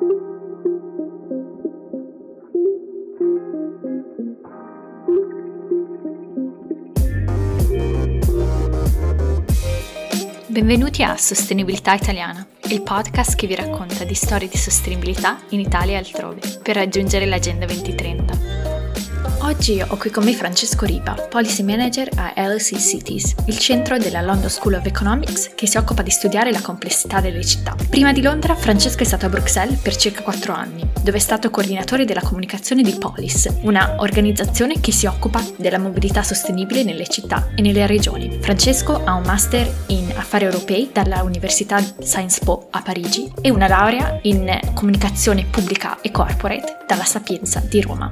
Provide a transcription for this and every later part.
Benvenuti a Sostenibilità Italiana, il podcast che vi racconta di storie di sostenibilità in Italia e altrove, per raggiungere l'Agenda 2030. Oggi ho qui con me Francesco Ripa, Policy Manager a LSE Cities, il centro della London School of Economics che si occupa di studiare la complessità delle città. Prima di Londra, Francesco è stato a Bruxelles per circa 4 anni, dove è stato coordinatore della comunicazione di Polis, una organizzazione che si occupa della mobilità sostenibile nelle città e nelle regioni. Francesco ha un master in affari europei dalla Università Sciences Po a Parigi e una laurea in comunicazione pubblica e corporate dalla Sapienza di Roma.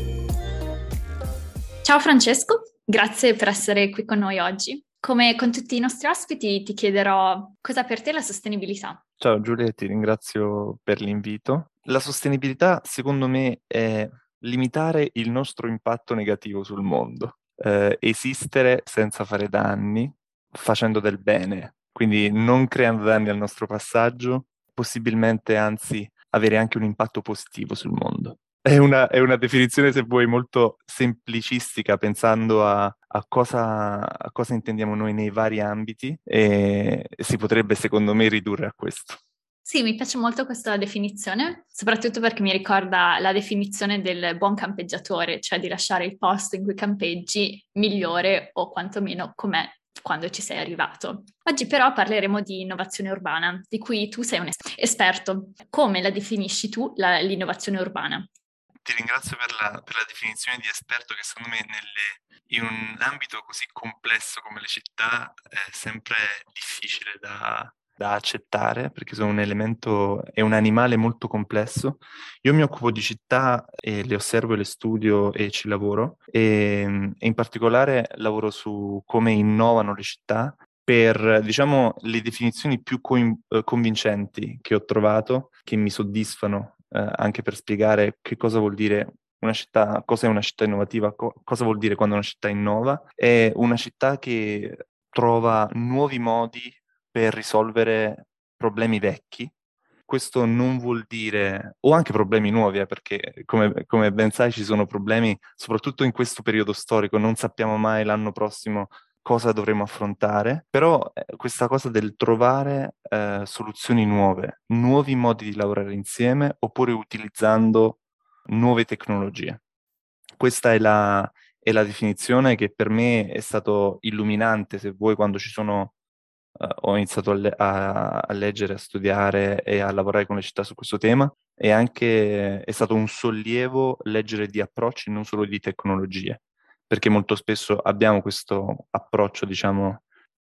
Ciao Francesco, grazie per essere qui con noi oggi. Come con tutti i nostri ospiti ti chiederò cosa per te è la sostenibilità. Ciao Giulia, ti ringrazio per l'invito. La sostenibilità, secondo me, è limitare il nostro impatto negativo sul mondo, esistere senza fare danni, facendo del bene, quindi non creando danni al nostro passaggio, possibilmente anzi avere anche un impatto positivo sul mondo. È una definizione, se vuoi, molto semplicistica, pensando a cosa intendiamo noi nei vari ambiti, e si potrebbe, secondo me, ridurre a questo. Sì, mi piace molto questa definizione, soprattutto perché mi ricorda la definizione del buon campeggiatore, cioè di lasciare il posto in cui campeggi migliore o quantomeno com'è quando ci sei arrivato. Oggi però parleremo di innovazione urbana, di cui tu sei un esperto. Come la definisci tu, l'innovazione urbana? Ti ringrazio per la definizione di esperto, che secondo me in un ambito così complesso come le città è sempre difficile da accettare, perché sono è un animale molto complesso. Io mi occupo di città e le osservo e le studio e ci lavoro, e in particolare lavoro su come innovano le città per, diciamo, le definizioni più convincenti che ho trovato, che mi soddisfano, anche per spiegare che cosa vuol dire una città, cosa è una città innovativa, cosa vuol dire quando una città innova. È una città che trova nuovi modi per risolvere problemi vecchi. Questo non vuol dire, o anche problemi nuovi, perché come ben sai ci sono problemi, soprattutto in questo periodo storico, non sappiamo mai l'anno prossimo cosa dovremo affrontare, però questa cosa del trovare soluzioni nuove, nuovi modi di lavorare insieme, oppure utilizzando nuove tecnologie. Questa è la definizione che per me è stato illuminante, se vuoi, quando ho iniziato a leggere, a studiare e a lavorare con le città su questo tema, e anche è stato un sollievo leggere di approcci, non solo di tecnologie, perché molto spesso abbiamo questo approccio, diciamo,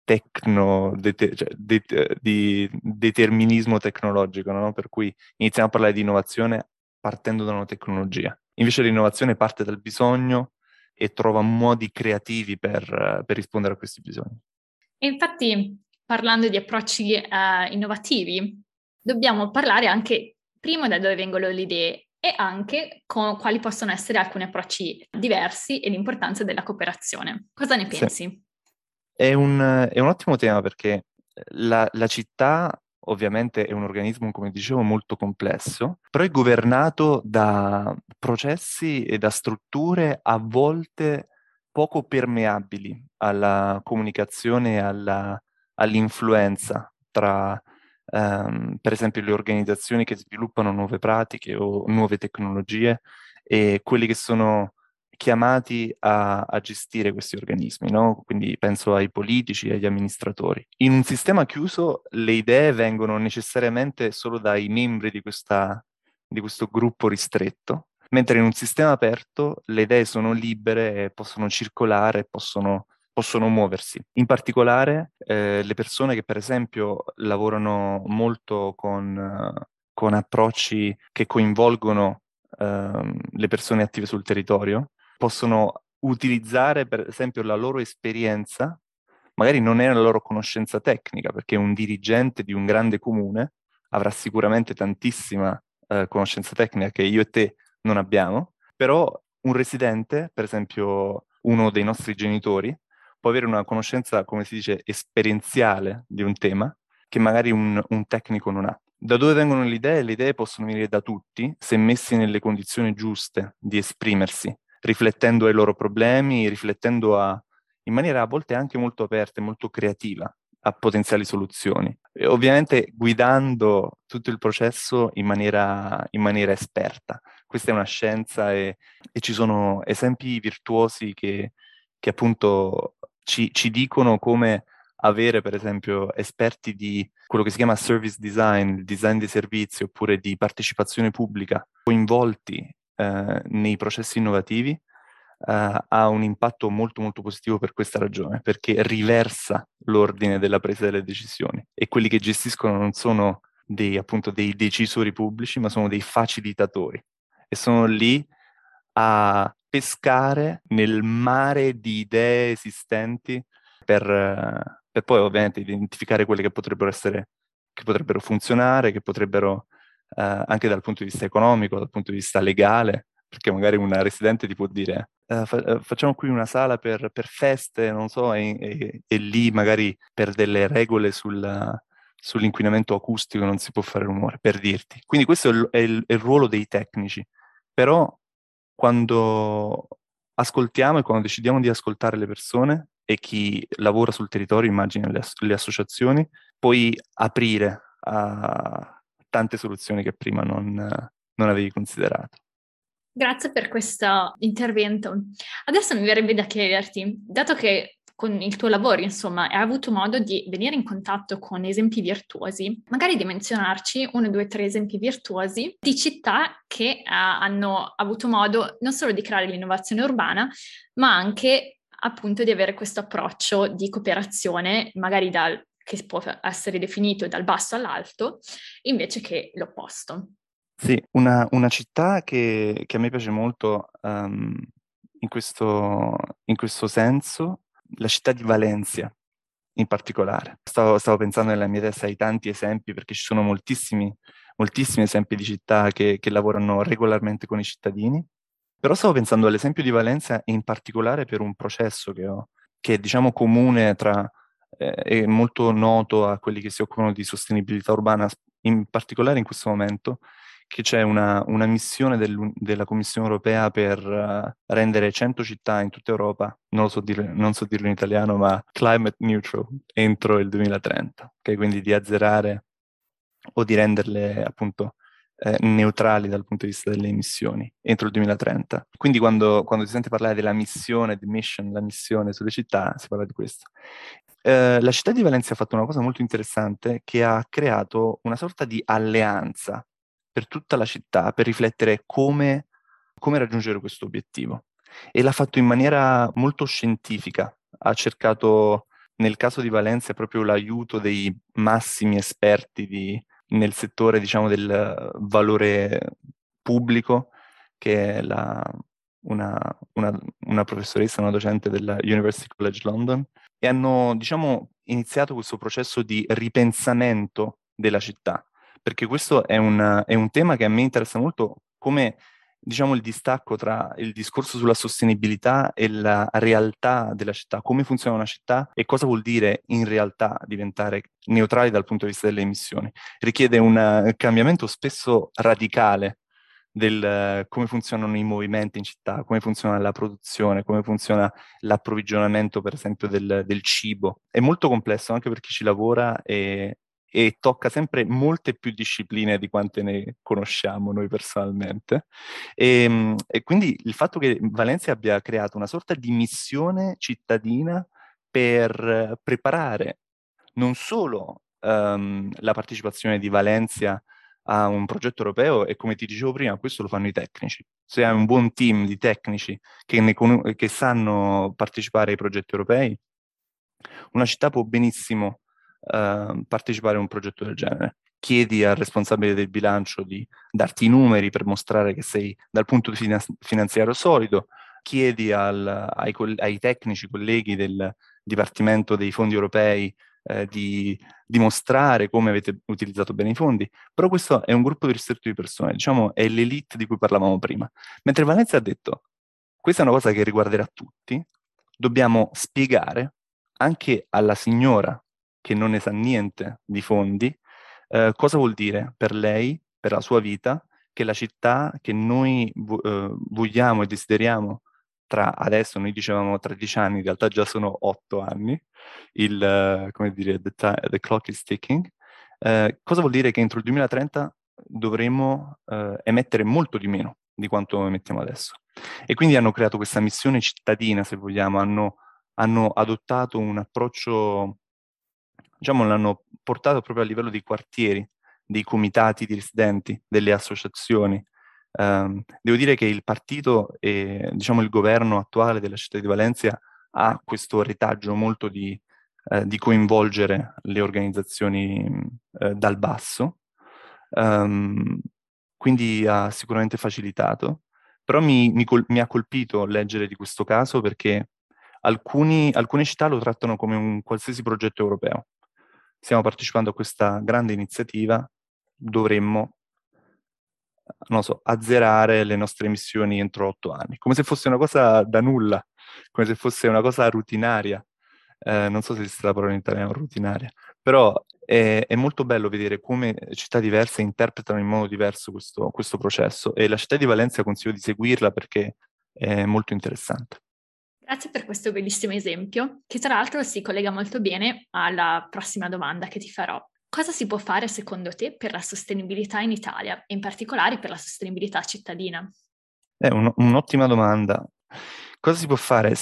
di determinismo tecnologico, no? Per cui iniziamo a parlare di innovazione partendo da una tecnologia. Invece l'innovazione parte dal bisogno e trova modi creativi per rispondere a questi bisogni. E infatti, parlando di approcci innovativi, dobbiamo parlare anche prima da dove vengono le idee e anche quali possono essere alcuni approcci diversi e l'importanza della cooperazione. Cosa ne pensi? Sì. È un ottimo tema, perché la città ovviamente è un organismo, come dicevo, molto complesso, però è governato da processi e da strutture a volte poco permeabili alla comunicazione e all'influenza tra, per esempio, le organizzazioni che sviluppano nuove pratiche o nuove tecnologie e quelli che sono chiamati a gestire questi organismi, no? Quindi penso ai politici e agli amministratori. In un sistema chiuso le idee vengono necessariamente solo dai membri di questo gruppo ristretto, mentre in un sistema aperto le idee sono libere e possono circolare, possono muoversi. In particolare le persone che per esempio lavorano molto con approcci che coinvolgono le persone attive sul territorio possono utilizzare, per esempio, la loro esperienza, magari non è la loro conoscenza tecnica, perché un dirigente di un grande comune avrà sicuramente tantissima conoscenza tecnica che io e te non abbiamo, però un residente, per esempio uno dei nostri genitori, può avere una conoscenza, come si dice, esperienziale di un tema che magari un tecnico non ha. Da dove vengono le idee? Le idee possono venire da tutti, se messi nelle condizioni giuste di esprimersi, riflettendo ai loro problemi, in maniera a volte anche molto aperta e molto creativa a potenziali soluzioni. E ovviamente guidando tutto il processo in maniera esperta. Questa è una scienza e ci sono esempi virtuosi che appunto ci dicono come avere, per esempio, esperti di quello che si chiama service design, il design dei servizi, oppure di partecipazione pubblica, coinvolti nei processi innovativi, ha un impatto molto molto positivo per questa ragione, perché riversa l'ordine della presa delle decisioni e quelli che gestiscono non sono appunto dei decisori pubblici, ma sono dei facilitatori e sono lì a pescare nel mare di idee esistenti per poi ovviamente identificare quelle che potrebbero funzionare, che potrebbero anche dal punto di vista economico, dal punto di vista legale, perché magari un residente ti può dire facciamo qui una sala per feste, non so, e lì magari per delle regole sull'inquinamento acustico non si può fare rumore, per dirti. Quindi questo è il ruolo dei tecnici. Però quando ascoltiamo e quando decidiamo di ascoltare le persone e chi lavora sul territorio, immagino le associazioni, puoi aprire a tante soluzioni che prima non avevi considerato. Grazie per questo intervento. Adesso mi verrebbe da chiederti, dato che con il tuo lavoro, insomma, hai avuto modo di venire in contatto con esempi virtuosi, magari di menzionarci 1, 2, 3 esempi virtuosi di città che hanno avuto modo non solo di creare l'innovazione urbana, ma anche appunto di avere questo approccio di cooperazione, magari che può essere definito dal basso all'alto, invece che l'opposto. Sì, una città che a me piace molto in questo senso, la città di Valencia in particolare. Stavo pensando nella mia testa ai tanti esempi, perché ci sono moltissimi esempi di città che lavorano regolarmente con i cittadini, però stavo pensando all'esempio di Valencia in particolare per un processo che è diciamo comune è molto noto a quelli che si occupano di sostenibilità urbana, in particolare in questo momento, che c'è una missione della Commissione europea per rendere 100 città in tutta Europa, non so dirlo in italiano, ma climate neutral entro il 2030, okay? Quindi di azzerare o di renderle appunto neutrali dal punto di vista delle emissioni entro il 2030. Quindi quando si sente parlare della missione, di mission, la missione sulle città, si parla di questo. La città di Valencia ha fatto una cosa molto interessante, che ha creato una sorta di alleanza per tutta la città per riflettere come raggiungere questo obiettivo. E l'ha fatto in maniera molto scientifica. Ha cercato, nel caso di Valencia, proprio l'aiuto dei massimi esperti nel settore, diciamo, del valore pubblico, che è una professoressa, una docente della University College London, e hanno, diciamo, iniziato questo processo di ripensamento della città, perché questo è un tema che a me interessa molto, come, diciamo, il distacco tra il discorso sulla sostenibilità e la realtà della città, come funziona una città e cosa vuol dire in realtà diventare neutrali dal punto di vista delle emissioni. Richiede un cambiamento spesso radicale del come funzionano i movimenti in città, come funziona la produzione, come funziona l'approvvigionamento, per esempio, del cibo. È molto complesso anche per chi ci lavora e tocca sempre molte più discipline di quante ne conosciamo noi personalmente. E quindi il fatto che Valencia abbia creato una sorta di missione cittadina per preparare non solo la partecipazione di Valencia a un progetto europeo, e come ti dicevo prima, questo lo fanno i tecnici. Se hai un buon team di tecnici che sanno partecipare ai progetti europei, una città può benissimo partecipare a un progetto del genere. Chiedi al responsabile del bilancio di darti i numeri per mostrare che sei dal punto di finanziario solido, chiedi ai tecnici, colleghi del Dipartimento dei Fondi Europei di dimostrare come avete utilizzato bene i fondi, però questo è un gruppo ristretto di persone, diciamo è l'elite di cui parlavamo prima. Mentre Valencia ha detto, questa è una cosa che riguarderà tutti, dobbiamo spiegare anche alla signora che non ne sa niente di fondi, Cosa vuol dire per lei, per la sua vita, che la città che noi vogliamo e desideriamo tra adesso, noi dicevamo tra 10 anni, in realtà già sono 8 anni, come dire, the clock is ticking. Cosa vuol dire che entro il 2030 dovremo emettere molto di meno di quanto emettiamo adesso? E quindi hanno creato questa missione cittadina, se vogliamo, hanno adottato un approccio, diciamo, l'hanno portato proprio a livello dei quartieri, dei comitati di residenti, delle associazioni. Devo dire che il partito e, diciamo, il governo attuale della città di Valencia ha questo retaggio molto di coinvolgere le organizzazioni dal basso, quindi ha sicuramente facilitato, però mi ha colpito leggere di questo caso perché alcune città lo trattano come un qualsiasi progetto europeo. Stiamo partecipando a questa grande iniziativa, dovremmo, non so, azzerare le nostre emissioni entro 8 anni, come se fosse una cosa da nulla, come se fosse una cosa rutinaria. Non so se esiste la parola in italiano, rutinaria, però è molto bello vedere come città diverse interpretano in modo diverso questo processo, e la città di Valencia consiglio di seguirla perché è molto interessante. Grazie per questo bellissimo esempio, che tra l'altro si collega molto bene alla prossima domanda che ti farò. Cosa si può fare secondo te per la sostenibilità in Italia e in particolare per la sostenibilità cittadina? È un'ottima domanda. Cosa si può fare?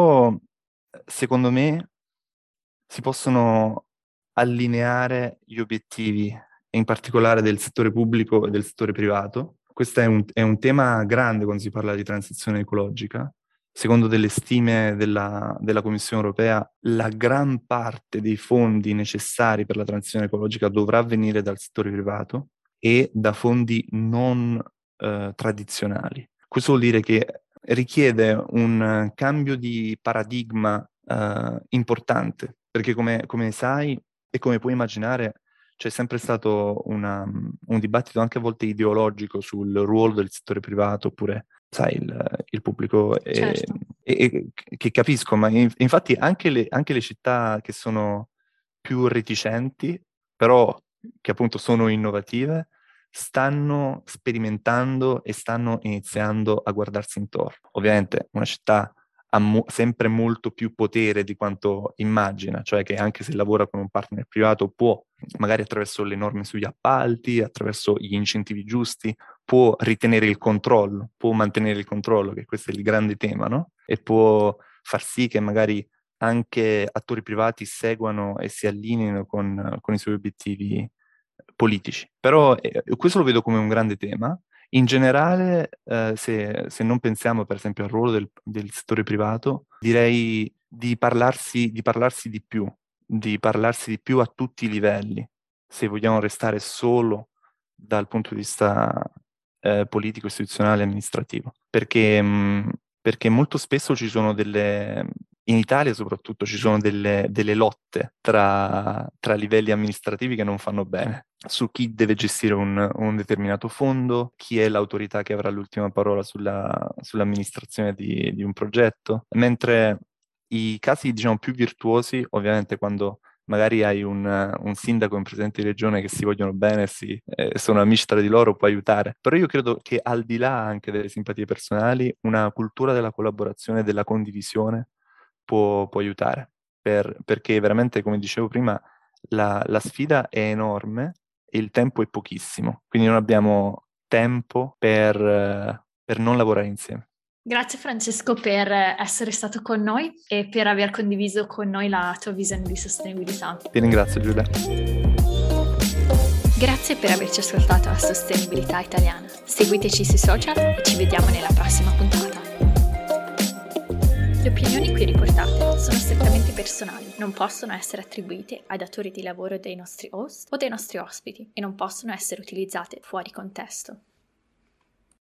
Secondo me, si possono allineare gli obiettivi, in particolare del settore pubblico e del settore privato. Questo è un tema grande quando si parla di transizione ecologica. Secondo delle stime della Commissione europea, la gran parte dei fondi necessari per la transizione ecologica dovrà venire dal settore privato e da fondi non tradizionali. Questo vuol dire che richiede un cambio di paradigma importante, perché come sai e come puoi immaginare c'è sempre stato un dibattito anche a volte ideologico sul ruolo del settore privato, oppure, sai, il pubblico, Certo. che capisco, ma infatti anche le città che sono più reticenti, però che appunto sono innovative, stanno sperimentando e stanno iniziando a guardarsi intorno. Ovviamente una città ha sempre molto più potere di quanto immagina, cioè che anche se lavora con un partner privato può, magari attraverso le norme sugli appalti, attraverso gli incentivi giusti, può ritenere il controllo, può mantenere il controllo, che questo è il grande tema, no? E può far sì che magari anche attori privati seguano e si allineino con i suoi obiettivi politici. Però questo lo vedo come un grande tema. In generale, se non pensiamo per esempio al ruolo del settore privato, direi di parlarsi di più a tutti i livelli, se vogliamo restare solo dal punto di vista politico, istituzionale e amministrativo. Perché molto spesso in Italia soprattutto ci sono delle lotte tra livelli amministrativi che non fanno bene, su chi deve gestire un determinato fondo, chi è l'autorità che avrà l'ultima parola sull'amministrazione di un progetto, mentre i casi, diciamo, più virtuosi, ovviamente quando magari hai un sindaco e un presidente di regione che si vogliono bene, sono amici tra di loro, può aiutare. Però io credo che al di là anche delle simpatie personali, una cultura della collaborazione e della condivisione può aiutare, perché veramente, come dicevo prima, la sfida è enorme e il tempo è pochissimo, quindi non abbiamo tempo per non lavorare insieme. Grazie Francesco per essere stato con noi e per aver condiviso con noi la tua visione di sostenibilità. Ti ringrazio, Giulia. Grazie per averci ascoltato a Sostenibilità Italiana. Seguiteci sui social e ci vediamo nella prossima puntata. Le opinioni qui riportate sono strettamente personali, non possono essere attribuite ai datori di lavoro dei nostri host o dei nostri ospiti e non possono essere utilizzate fuori contesto.